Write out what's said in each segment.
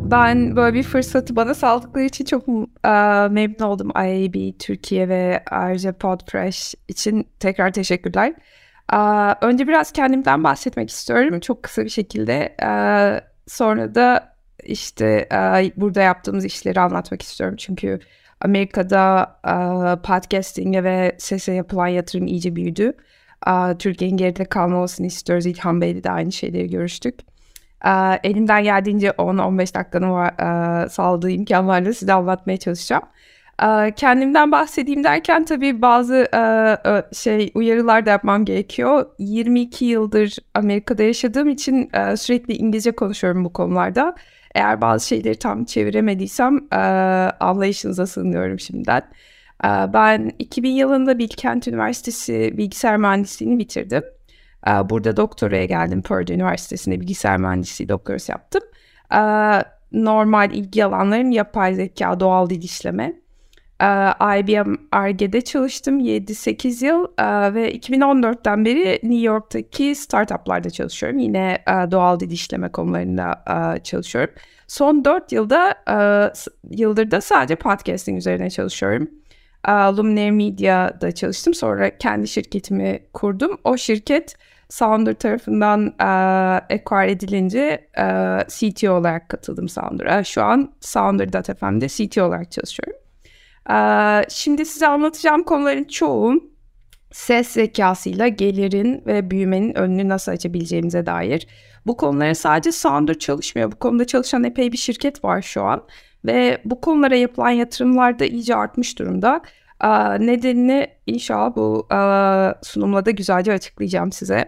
Ben böyle bir fırsatı bana sağladıkları için çok memnun oldum. IAB Türkiye ve ayrıca Podfresh için tekrar teşekkürler. Önce biraz kendimden bahsetmek istiyorum çok kısa bir şekilde. Sonra da işte burada yaptığımız işleri anlatmak istiyorum. Çünkü Amerika'da podcasting'e ve sese yapılan yatırım iyice büyüdü. Türkiye'nin geride kalmamasını istiyoruz. İlhan Bey'le de aynı şeyleri görüştük. Elimden geldiğince 10-15 dakikanı sağladığı imkanlarla size anlatmaya çalışacağım. Kendimden bahsedeyim derken tabii bazı uyarılar da yapmam gerekiyor. 22 yıldır Amerika'da yaşadığım için sürekli İngilizce konuşuyorum bu konularda. Eğer bazı şeyleri tam çeviremediysem anlayışınıza sığınıyorum şimdiden. Ben 2000 yılında Bilkent Üniversitesi Bilgisayar Mühendisliğini bitirdim. Burada doktoraya geldim. Purdue Üniversitesi'nde bilgisayar mühendisliği doktorası yaptım. Normal ilgi alanlarım yapay zeka, doğal dil işleme. IBM Ar-Ge'de çalıştım 7-8 yıl ve 2014'ten beri New York'taki startuplarda çalışıyorum. Yine doğal dil işleme konularında çalışıyorum. Son 4 yıldır da sadece podcasting üzerine çalışıyorum. Luminary Media'da çalıştım. Sonra kendi şirketimi kurdum. O şirket Sounder tarafından acquire edilince CTO olarak katıldım Sounder'a. Şu an Sounder.fm'de CTO olarak çalışıyorum. Şimdi size anlatacağım konuların çoğu ses zekasıyla gelirin ve büyümenin önünü nasıl açabileceğimize dair. Bu konulara sadece Sounder çalışmıyor. Bu konuda çalışan epey bir şirket var şu an. Ve bu konulara yapılan yatırımlar da iyice artmış durumda. Nedenini inşallah bu sunumla da güzelce açıklayacağım size.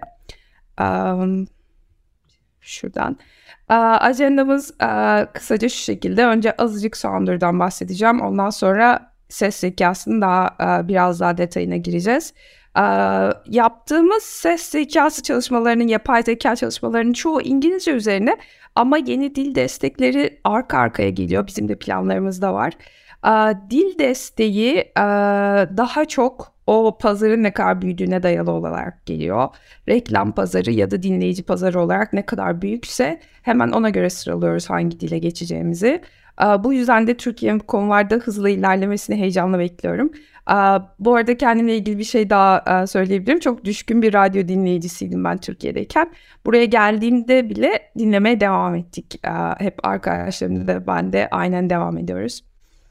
Şuradan. Ajandamız kısaca şu şekilde. Önce azıcık Sounder'dan bahsedeceğim. Ondan sonra ses zekasının biraz daha detayına gireceğiz. Yaptığımız ses zekası çalışmalarının, yapay zeka çalışmalarının çoğu İngilizce üzerine ama yeni dil destekleri arka arkaya geliyor. Bizim de planlarımızda var. Dil desteği daha çok o pazarın ne kadar büyüdüğüne dayalı olarak geliyor. Reklam pazarı ya da dinleyici pazarı olarak ne kadar büyükse hemen ona göre sıralıyoruz hangi dile geçeceğimizi. Bu yüzden de Türkiye'nin bu konularda hızlı ilerlemesini heyecanla bekliyorum. Bu arada kendimle ilgili bir şey daha söyleyebilirim. Çok düşkün bir radyo dinleyicisiydim ben Türkiye'deyken. Buraya geldiğimde bile dinlemeye devam ettik. Hep arkadaşlarımla da ben de aynen devam ediyoruz.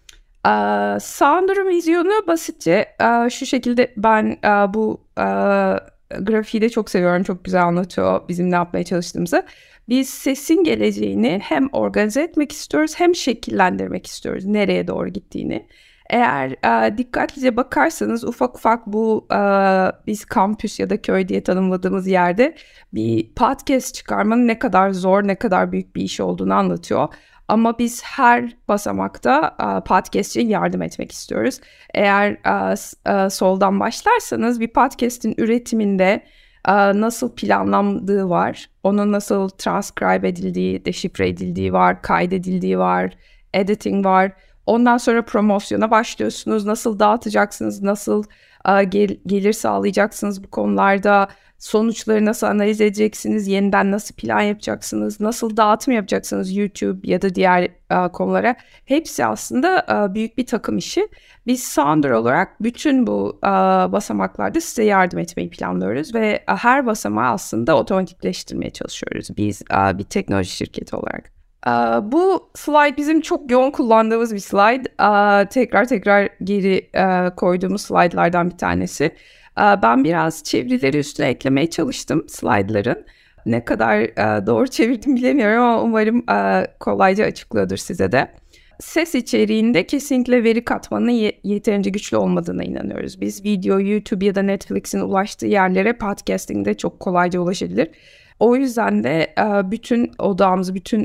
Sounder'ın vizyonu basitçe şu şekilde. Ben bu grafiği de çok seviyorum. Çok güzel anlatıyor bizim ne yapmaya çalıştığımızı. Biz sesin geleceğini hem organize etmek istiyoruz hem şekillendirmek istiyoruz nereye doğru gittiğini. Eğer dikkatlice bakarsanız ufak ufak bu biz kampüs ya da köy diye tanımladığımız yerde bir podcast çıkarmanın ne kadar zor, ne kadar büyük bir iş olduğunu anlatıyor. Ama biz her basamakta podcast'e yardım etmek istiyoruz. Eğer soldan başlarsanız bir podcast'in üretiminde nasıl planlandığı var, onun nasıl transcribe edildiği, deşifre edildiği var, kaydedildiği var, editing var. Ondan sonra promosyona başlıyorsunuz, nasıl dağıtacaksınız, nasıl gelir sağlayacaksınız bu konularda, sonuçları nasıl analiz edeceksiniz, yeniden nasıl plan yapacaksınız, nasıl dağıtım yapacaksınız YouTube ya da diğer konulara. Hepsi aslında büyük bir takım işi. Biz Sounder olarak bütün bu basamaklarda size yardım etmeyi planlıyoruz ve her basamağı aslında otomatikleştirmeye çalışıyoruz biz bir teknoloji şirketi olarak. Bu slide bizim çok yoğun kullandığımız bir slide. Tekrar geri koyduğumuz slide'lardan bir tanesi. Ben biraz çevirileri üstüne eklemeye çalıştım slide'ların. Ne kadar doğru çevirdim bilemiyorum ama umarım kolayca açıklıyordur size de. Ses içeriğinde kesinlikle veri katmanının yeterince güçlü olmadığına inanıyoruz. Biz video, YouTube ya da Netflix'in ulaştığı yerlere podcasting'de çok kolayca ulaşabilir. O yüzden de bütün odağımızı, bütün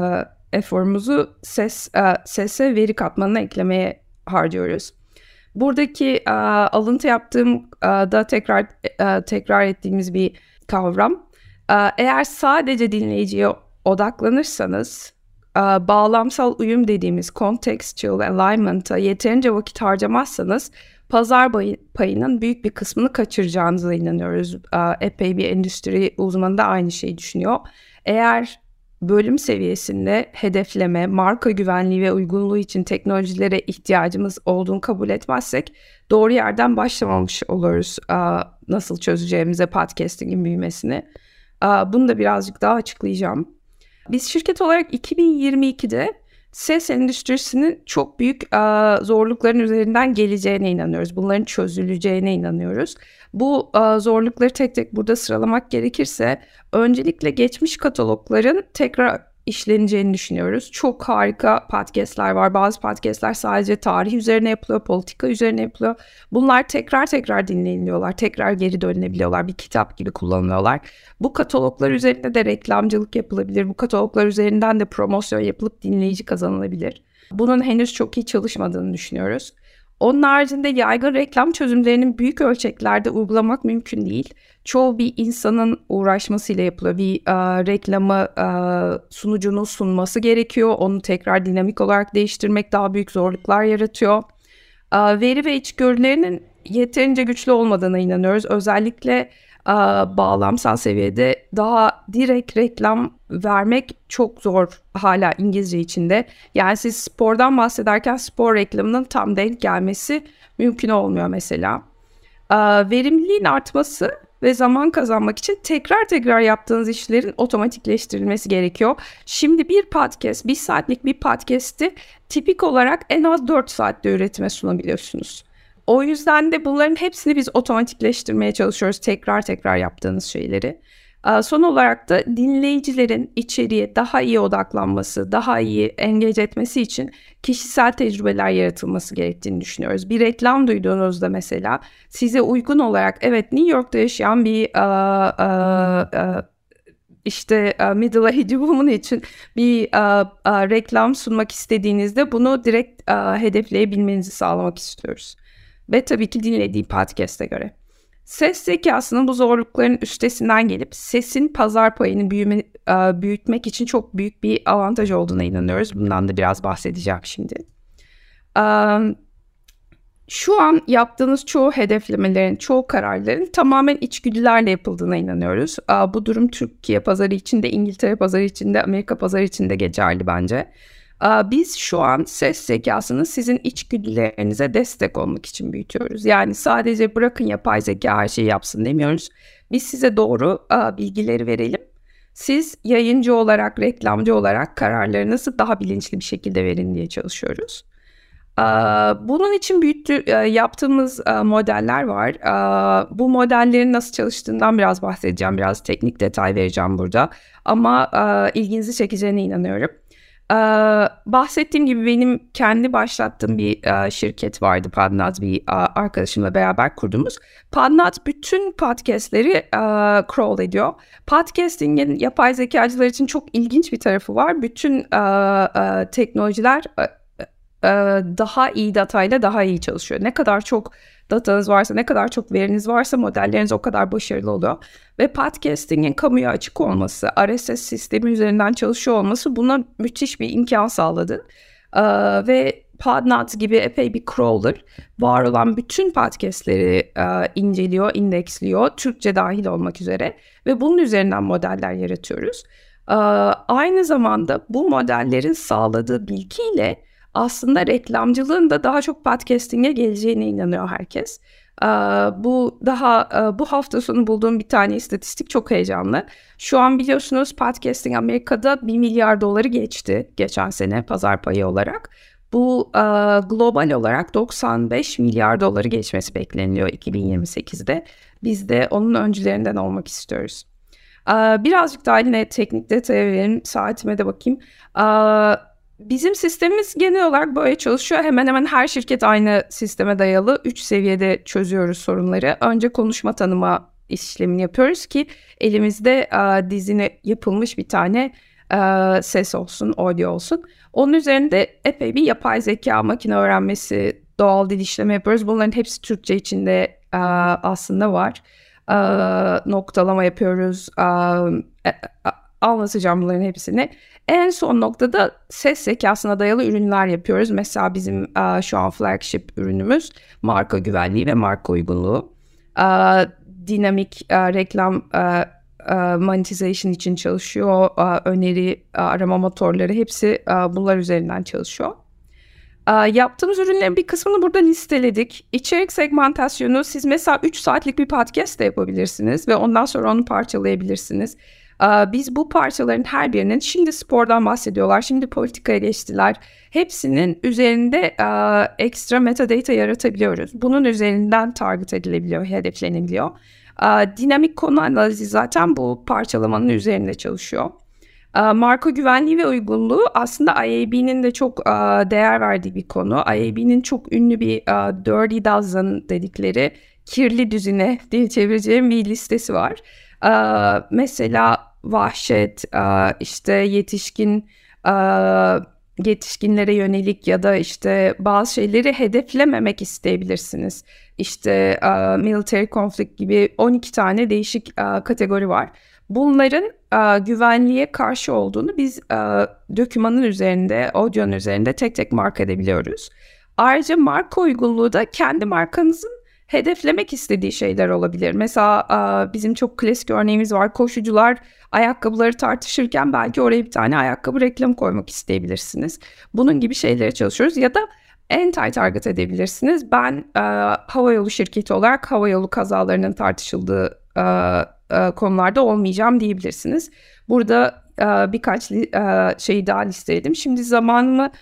eforumuzu sese veri katmanına eklemeye harcıyoruz. Buradaki alıntı yaptığım da tekrar ettiğimiz bir kavram. Eğer sadece dinleyiciye odaklanırsanız bağlamsal uyum dediğimiz contextual alignment'a yeterince vakit harcamazsanız pazar payının büyük bir kısmını kaçıracağınıza inanıyoruz. Epey bir endüstri uzmanı da aynı şeyi düşünüyor. Eğer bölüm seviyesinde hedefleme, marka güvenliği ve uygunluğu için teknolojilere ihtiyacımız olduğunu kabul etmezsek doğru yerden başlamamış oluruz nasıl çözeceğimize podcasting'in büyümesini. Bunu da birazcık daha açıklayacağım. Biz şirket olarak 2022'de ses endüstrisinin çok büyük zorlukların üzerinden geleceğine inanıyoruz. Bunların çözüleceğine inanıyoruz. Bu zorlukları tek tek burada sıralamak gerekirse öncelikle geçmiş katalogların tekrar işleneceğini düşünüyoruz. Çok harika podcastler var. Bazı podcastler sadece tarih üzerine yapılıyor, politika üzerine yapılıyor. Bunlar tekrar dinleniliyorlar, tekrar geri dönülebiliyorlar. Bir kitap gibi kullanılıyorlar. Bu kataloglar üzerinde de reklamcılık yapılabilir. Bu kataloglar üzerinden de promosyon yapılıp dinleyici kazanılabilir. Bunun henüz çok iyi çalışmadığını düşünüyoruz. Onun haricinde yaygın reklam çözümlerinin büyük ölçeklerde uygulamak mümkün değil. Çoğu bir insanın uğraşmasıyla yapılıyor. Bir reklamı sunucunun sunması gerekiyor. Onu tekrar dinamik olarak değiştirmek daha büyük zorluklar yaratıyor. Veri ve içgörülerinin yeterince güçlü olmadığına inanıyoruz. Özellikle bağlamsal seviyede daha direkt reklam vermek çok zor hala İngilizce içinde. Yani siz spordan bahsederken spor reklamının tam denk gelmesi mümkün olmuyor mesela. Verimliliğin artması ve zaman kazanmak için tekrar yaptığınız işlerin otomatikleştirilmesi gerekiyor. Şimdi bir saatlik bir podcast'i tipik olarak en az 4 saatte üretime sunabiliyorsunuz. O yüzden de bunların hepsini biz otomatikleştirmeye çalışıyoruz, tekrar yaptığınız şeyleri. Son olarak da dinleyicilerin içeriye daha iyi odaklanması, daha iyi engage etmesi için kişisel tecrübeler yaratılması gerektiğini düşünüyoruz. Bir reklam duyduğunuzda mesela size uygun olarak evet New York'ta yaşayan bir middle aged woman için bir reklam sunmak istediğinizde bunu direkt hedefleyebilmenizi sağlamak istiyoruz. Ve tabii ki dinlediği podcast'e göre. Ses zekasının bu zorlukların üstesinden gelip sesin pazar payını büyütmek için çok büyük bir avantaj olduğuna inanıyoruz. Bundan da biraz bahsedeceğim şimdi. Şu an yaptığınız çoğu hedeflemelerin, çoğu kararların tamamen içgüdülerle yapıldığına inanıyoruz. Bu durum Türkiye pazarı için de, İngiltere pazarı için de, Amerika pazarı için de geçerli bence. Biz şu an ses zekasını sizin içgüdülerinize destek olmak için büyütüyoruz. Yani sadece bırakın yapay zeka her şeyi yapsın demiyoruz. Biz size doğru bilgileri verelim. Siz yayıncı olarak, reklamcı olarak kararlarınızı daha bilinçli bir şekilde verin diye çalışıyoruz. Bunun için yaptığımız modeller var. Bu modellerin nasıl çalıştığından biraz bahsedeceğim. Biraz teknik detay vereceğim burada. Ama ilginizi çekeceğine inanıyorum. Bahsettiğim gibi benim kendi başlattığım bir şirket vardı, Podnut, bir arkadaşımla beraber kurduğumuz. Podnut bütün podcastleri crawl ediyor. Podcasting'in yapay zekacılar için çok ilginç bir tarafı var. Bütün teknolojiler daha iyi datayla daha iyi çalışıyor. Ne kadar çok datanız varsa, ne kadar çok veriniz varsa modelleriniz o kadar başarılı oluyor. Ve podcasting'in kamuya açık olması, RSS sistemi üzerinden çalışıyor olması buna müthiş bir imkan sağladı. Ve Podnut gibi epey bir crawler var olan bütün podcastleri inceliyor, indeksliyor, Türkçe dahil olmak üzere ve bunun üzerinden modeller yaratıyoruz. Aynı zamanda bu modellerin sağladığı bilgiyle aslında reklamcılığın da daha çok podcasting'e geleceğine inanıyor herkes. Bu hafta sonu bulduğum bir tane istatistik çok heyecanlı. Şu an biliyorsunuz podcasting Amerika'da 1 milyar doları geçti geçen sene pazar payı olarak. Bu global olarak 95 milyar doları geçmesi bekleniyor 2028'de. Biz de onun öncülerinden olmak istiyoruz. Birazcık daha yine teknik detaya verelim. Saatime de bakayım. Bizim sistemimiz genel olarak böyle çalışıyor. Hemen hemen her şirket aynı sisteme dayalı. 3 seviyede çözüyoruz sorunları. Önce konuşma tanıma işlemini yapıyoruz ki elimizde dizine yapılmış bir tane ses olsun, audio olsun. Onun üzerinde epey bir yapay zeka, makine öğrenmesi, doğal dil işleme yapıyoruz. Bunların hepsi Türkçe içinde aslında var. Noktalama yapıyoruz. Anlatacağım bunların hepsini. En son noktada ses zekasına dayalı ürünler yapıyoruz. Mesela bizim şu an flagship ürünümüz marka güvenliği ve marka uygunluğu. Dinamik reklam monetization için çalışıyor, öneri arama motorları hepsi bunlar üzerinden çalışıyor. Yaptığımız ürünlerin bir kısmını burada listeledik. İçerik segmentasyonu, siz mesela 3 saatlik bir podcast de yapabilirsiniz ve ondan sonra onu parçalayabilirsiniz. Biz bu parçaların her birinin, şimdi spordan bahsediyorlar, şimdi politikaya geçtiler. Hepsinin üzerinde ekstra metadata yaratabiliyoruz. Bunun üzerinden target edilebiliyor, hedeflenebiliyor. Dinamik konu analizi zaten bu parçalamanın üzerinde çalışıyor. Marka güvenliği ve uygunluğu aslında IAB'nin de çok değer verdiği bir konu. IAB'nin çok ünlü bir Dirty Dozen dedikleri kirli düzine diye çevireceğim bir listesi var. Mesela vahşet, işte yetişkinlere yönelik ya da işte bazı şeyleri hedeflememek isteyebilirsiniz. İşte military conflict gibi 12 tane değişik kategori var. Bunların güvenliğe karşı olduğunu biz dokümanın üzerinde, audio'nun üzerinde tek tek mark edebiliyoruz. Ayrıca marka uygunluğu da kendi markanızın hedeflemek istediği şeyler olabilir. Mesela bizim çok klasik örneğimiz var. Koşucular ayakkabıları tartışırken belki oraya bir tane ayakkabı reklamı koymak isteyebilirsiniz. Bunun gibi şeylere çalışıyoruz ya da anti-target edebilirsiniz. Ben havayolu şirketi olarak havayolu kazalarının tartışıldığı konularda olmayacağım diyebilirsiniz. Burada birkaç şeyi daha listeledim. Şimdi zamanımı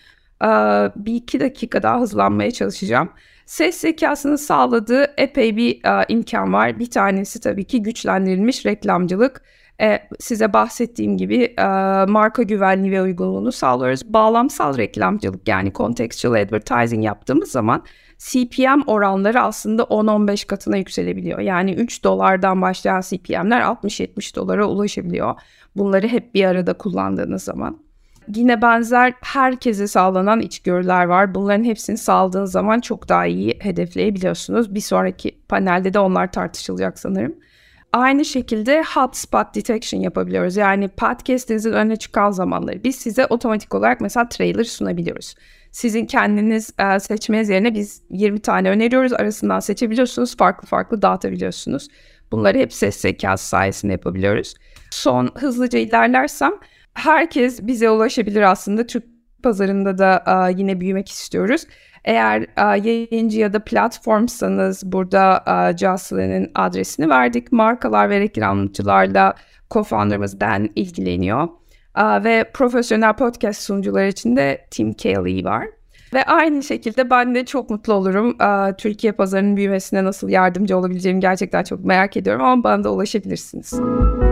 bir iki dakika daha hızlanmaya çalışacağım. Ses zekasının sağladığı epey bir imkan var. Bir tanesi tabii ki güçlendirilmiş reklamcılık. Size bahsettiğim gibi marka güvenliği ve uygunluğunu sağlıyoruz. Bağlamsal reklamcılık, yani contextual advertising yaptığımız zaman CPM oranları aslında 10-15 katına yükselebiliyor. Yani $3'dan başlayan CPM'ler $60-70'a ulaşabiliyor. Bunları hep bir arada kullandığınız zaman. Yine benzer herkese sağlanan içgörüler var. Bunların hepsini sağladığınız zaman çok daha iyi hedefleyebiliyorsunuz. Bir sonraki panelde de onlar tartışılacak sanırım. Aynı şekilde hotspot detection yapabiliyoruz. Yani podcast'inizin önüne çıkan zamanları biz size otomatik olarak mesela trailer sunabiliyoruz. Sizin kendiniz seçmeniz yerine biz 20 tane öneriyoruz. Arasından seçebiliyorsunuz. Farklı farklı dağıtabiliyorsunuz. Bunları hep ses zekası sayesinde yapabiliyoruz. Son hızlıca ilerlersem, herkes bize ulaşabilir aslında. Türk pazarında da yine büyümek istiyoruz. Eğer yayıncı ya da platformsanız burada Jocelyn'in adresini verdik. Markalar ve reklamcılarla co-founder'ımız Dan ilgileniyor. Ve profesyonel podcast sunucular için de Tim Cayley var. Ve aynı şekilde ben de çok mutlu olurum. Türkiye pazarının büyümesine nasıl yardımcı olabileceğimi gerçekten çok merak ediyorum ama bana da ulaşabilirsiniz.